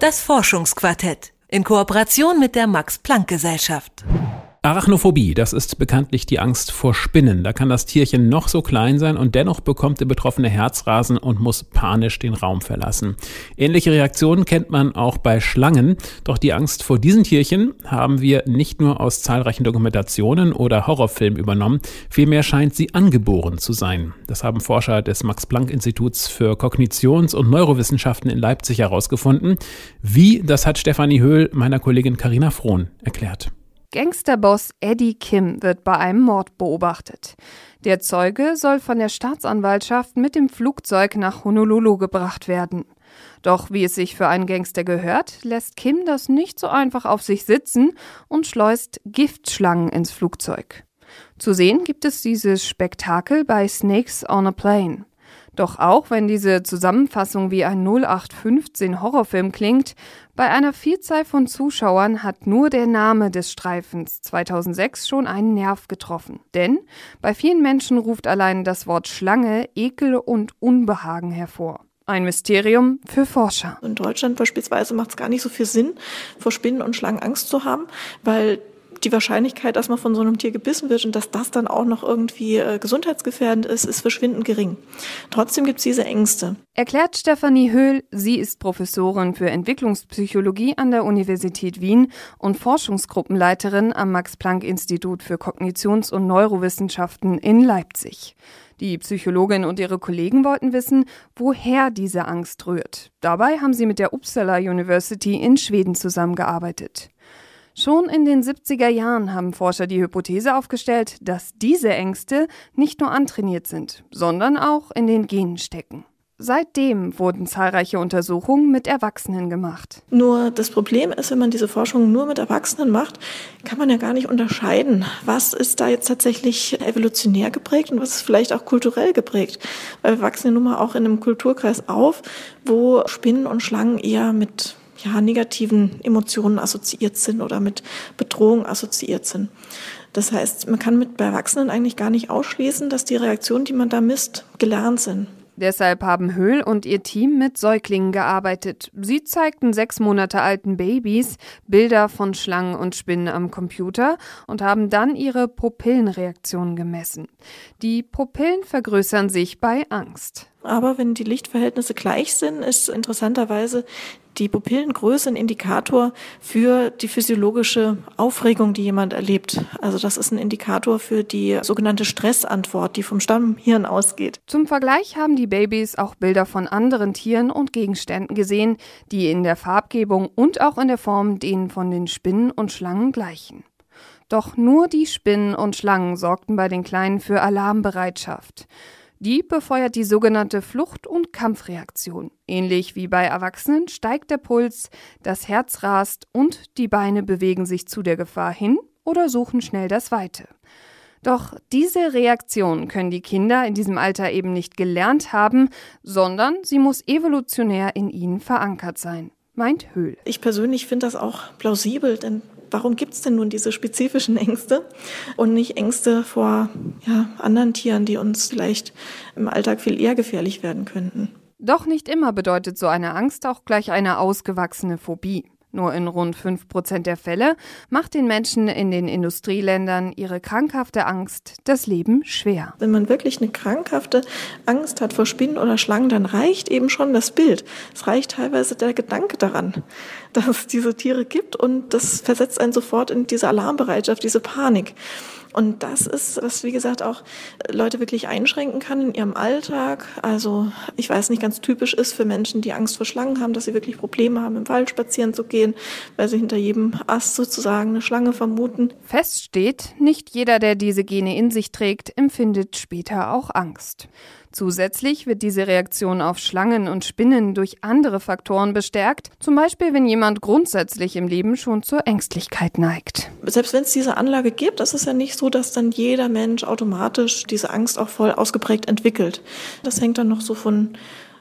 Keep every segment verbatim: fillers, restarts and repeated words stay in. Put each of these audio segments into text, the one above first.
Das Forschungsquartett in Kooperation mit der Max-Planck-Gesellschaft. Arachnophobie, das ist bekanntlich die Angst vor Spinnen. Da kann das Tierchen noch so klein sein und dennoch bekommt der Betroffene Herzrasen und muss panisch den Raum verlassen. Ähnliche Reaktionen kennt man auch bei Schlangen. Doch die Angst vor diesen Tierchen haben wir nicht nur aus zahlreichen Dokumentationen oder Horrorfilmen übernommen. Vielmehr scheint sie angeboren zu sein. Das haben Forscher des Max-Planck-Instituts für Kognitions- und Neurowissenschaften in Leipzig herausgefunden. Wie, das hat Stefanie Höhl meiner Kollegin Carina Frohn erklärt. Gangsterboss Eddie Kim wird bei einem Mord beobachtet. Der Zeuge soll von der Staatsanwaltschaft mit dem Flugzeug nach Honolulu gebracht werden. Doch wie es sich für einen Gangster gehört, lässt Kim das nicht so einfach auf sich sitzen und schleust Giftschlangen ins Flugzeug. Zu sehen gibt es dieses Spektakel bei Snakes on a Plane. Doch auch wenn diese Zusammenfassung wie ein null acht fünfzehn Horrorfilm klingt, bei einer Vielzahl von Zuschauern hat nur der Name des Streifens zweitausendsechs schon einen Nerv getroffen. Denn bei vielen Menschen ruft allein das Wort Schlange Ekel und Unbehagen hervor. Ein Mysterium für Forscher. In Deutschland beispielsweise macht es gar nicht so viel Sinn, vor Spinnen und Schlangen Angst zu haben, weil die Wahrscheinlichkeit, dass man von so einem Tier gebissen wird und dass das dann auch noch irgendwie äh, gesundheitsgefährdend ist, ist verschwindend gering. Trotzdem gibt es diese Ängste. Erklärt Stefanie Höhl. Sie ist Professorin für Entwicklungspsychologie an der Universität Wien und Forschungsgruppenleiterin am Max-Planck-Institut für Kognitions- und Neurowissenschaften in Leipzig. Die Psychologin und ihre Kollegen wollten wissen, woher diese Angst rührt. Dabei haben sie mit der Uppsala University in Schweden zusammengearbeitet. Schon in den siebziger Jahren haben Forscher die Hypothese aufgestellt, dass diese Ängste nicht nur antrainiert sind, sondern auch in den Genen stecken. Seitdem wurden zahlreiche Untersuchungen mit Erwachsenen gemacht. Nur das Problem ist, wenn man diese Forschung nur mit Erwachsenen macht, kann man ja gar nicht unterscheiden, was ist da jetzt tatsächlich evolutionär geprägt und was ist vielleicht auch kulturell geprägt. Weil wir wachsen ja nun mal auch in einem Kulturkreis auf, wo Spinnen und Schlangen eher mit ja, negativen Emotionen assoziiert sind oder mit Bedrohung assoziiert sind. Das heißt, man kann mit bei Erwachsenen eigentlich gar nicht ausschließen, dass die Reaktionen, die man da misst, gelernt sind. Deshalb haben Höhl und ihr Team mit Säuglingen gearbeitet. Sie zeigten sechs Monate alten Babys Bilder von Schlangen und Spinnen am Computer und haben dann ihre Pupillenreaktionen gemessen. Die Pupillen vergrößern sich bei Angst. Aber wenn die Lichtverhältnisse gleich sind, ist interessanterweise die Pupillengröße ein Indikator für die physiologische Aufregung, die jemand erlebt. Also das ist ein Indikator für die sogenannte Stressantwort, die vom Stammhirn ausgeht. Zum Vergleich haben die Babys auch Bilder von anderen Tieren und Gegenständen gesehen, die in der Farbgebung und auch in der Form denen von den Spinnen und Schlangen gleichen. Doch nur die Spinnen und Schlangen sorgten bei den Kleinen für Alarmbereitschaft. Die befeuert die sogenannte Flucht- und Kampfreaktion. Ähnlich wie bei Erwachsenen steigt der Puls, das Herz rast und die Beine bewegen sich zu der Gefahr hin oder suchen schnell das Weite. Doch diese Reaktion können die Kinder in diesem Alter eben nicht gelernt haben, sondern sie muss evolutionär in ihnen verankert sein, meint Höhl. Ich persönlich finde das auch plausibel, denn warum gibt es denn nun diese spezifischen Ängste und nicht Ängste vor ja, anderen Tieren, die uns vielleicht im Alltag viel eher gefährlich werden könnten? Doch nicht immer bedeutet so eine Angst auch gleich eine ausgewachsene Phobie. Nur in rund fünf Prozent der Fälle macht den Menschen in den Industrieländern ihre krankhafte Angst das Leben schwer. Wenn man wirklich eine krankhafte Angst hat vor Spinnen oder Schlangen, dann reicht eben schon das Bild. Es reicht teilweise der Gedanke daran, dass es diese Tiere gibt und das versetzt einen sofort in diese Alarmbereitschaft, diese Panik. Und das ist, was wie gesagt auch Leute wirklich einschränken kann in ihrem Alltag. Also ich weiß nicht, ganz typisch ist für Menschen, die Angst vor Schlangen haben, dass sie wirklich Probleme haben, im Wald spazieren zu gehen, weil sie hinter jedem Ast sozusagen eine Schlange vermuten. Fest steht, nicht jeder, der diese Gene in sich trägt, empfindet später auch Angst. Zusätzlich wird diese Reaktion auf Schlangen und Spinnen durch andere Faktoren bestärkt, zum Beispiel wenn jemand grundsätzlich im Leben schon zur Ängstlichkeit neigt. Selbst wenn es diese Anlage gibt, ist es ja nicht so, dass dann jeder Mensch automatisch diese Angst auch voll ausgeprägt entwickelt. Das hängt dann noch so von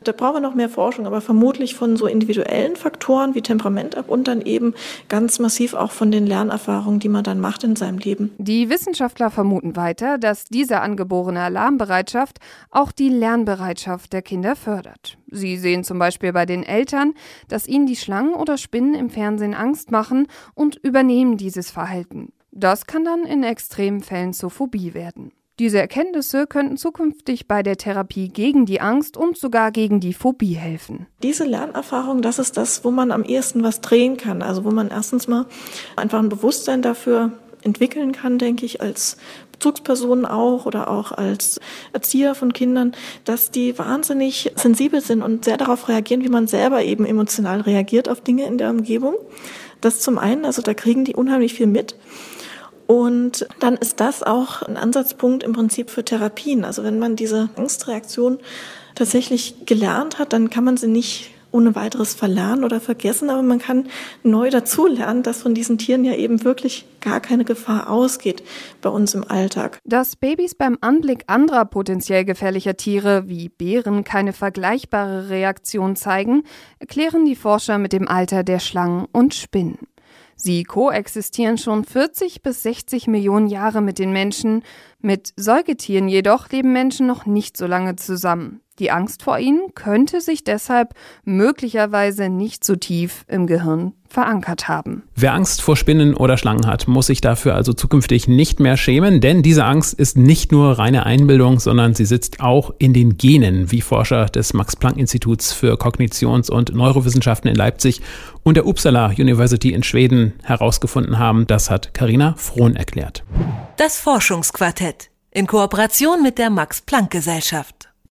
Da brauchen wir noch mehr Forschung, aber vermutlich von so individuellen Faktoren wie Temperament ab und dann eben ganz massiv auch von den Lernerfahrungen, die man dann macht in seinem Leben. Die Wissenschaftler vermuten weiter, dass diese angeborene Alarmbereitschaft auch die Lernbereitschaft der Kinder fördert. Sie sehen zum Beispiel bei den Eltern, dass ihnen die Schlangen oder Spinnen im Fernsehen Angst machen und übernehmen dieses Verhalten. Das kann dann in extremen Fällen zur Phobie werden. Diese Erkenntnisse könnten zukünftig bei der Therapie gegen die Angst und sogar gegen die Phobie helfen. Diese Lernerfahrung, das ist das, wo man am ehesten was drehen kann. Also wo man erstens mal einfach ein Bewusstsein dafür entwickeln kann, denke ich, als Bezugspersonen auch oder auch als Erzieher von Kindern, dass die wahnsinnig sensibel sind und sehr darauf reagieren, wie man selber eben emotional reagiert auf Dinge in der Umgebung. Das zum einen, also da kriegen die unheimlich viel mit. Und dann ist das auch ein Ansatzpunkt im Prinzip für Therapien. Also wenn man diese Angstreaktion tatsächlich gelernt hat, dann kann man sie nicht ohne weiteres verlernen oder vergessen, aber man kann neu dazulernen, dass von diesen Tieren ja eben wirklich gar keine Gefahr ausgeht bei uns im Alltag. Dass Babys beim Anblick anderer potenziell gefährlicher Tiere wie Bären keine vergleichbare Reaktion zeigen, erklären die Forscher mit dem Alter der Schlangen und Spinnen. Sie koexistieren schon vierzig bis sechzig Millionen Jahre mit den Menschen. Mit Säugetieren jedoch leben Menschen noch nicht so lange zusammen. Die Angst vor ihnen könnte sich deshalb möglicherweise nicht so tief im Gehirn verankert haben. Wer Angst vor Spinnen oder Schlangen hat, muss sich dafür also zukünftig nicht mehr schämen, denn diese Angst ist nicht nur reine Einbildung, sondern sie sitzt auch in den Genen, wie Forscher des Max-Planck-Instituts für Kognitions- und Neurowissenschaften in Leipzig und der Uppsala University in Schweden herausgefunden haben. Das hat Carina Frohn erklärt. Das Forschungsquartett in Kooperation mit der Max-Planck-Gesellschaft.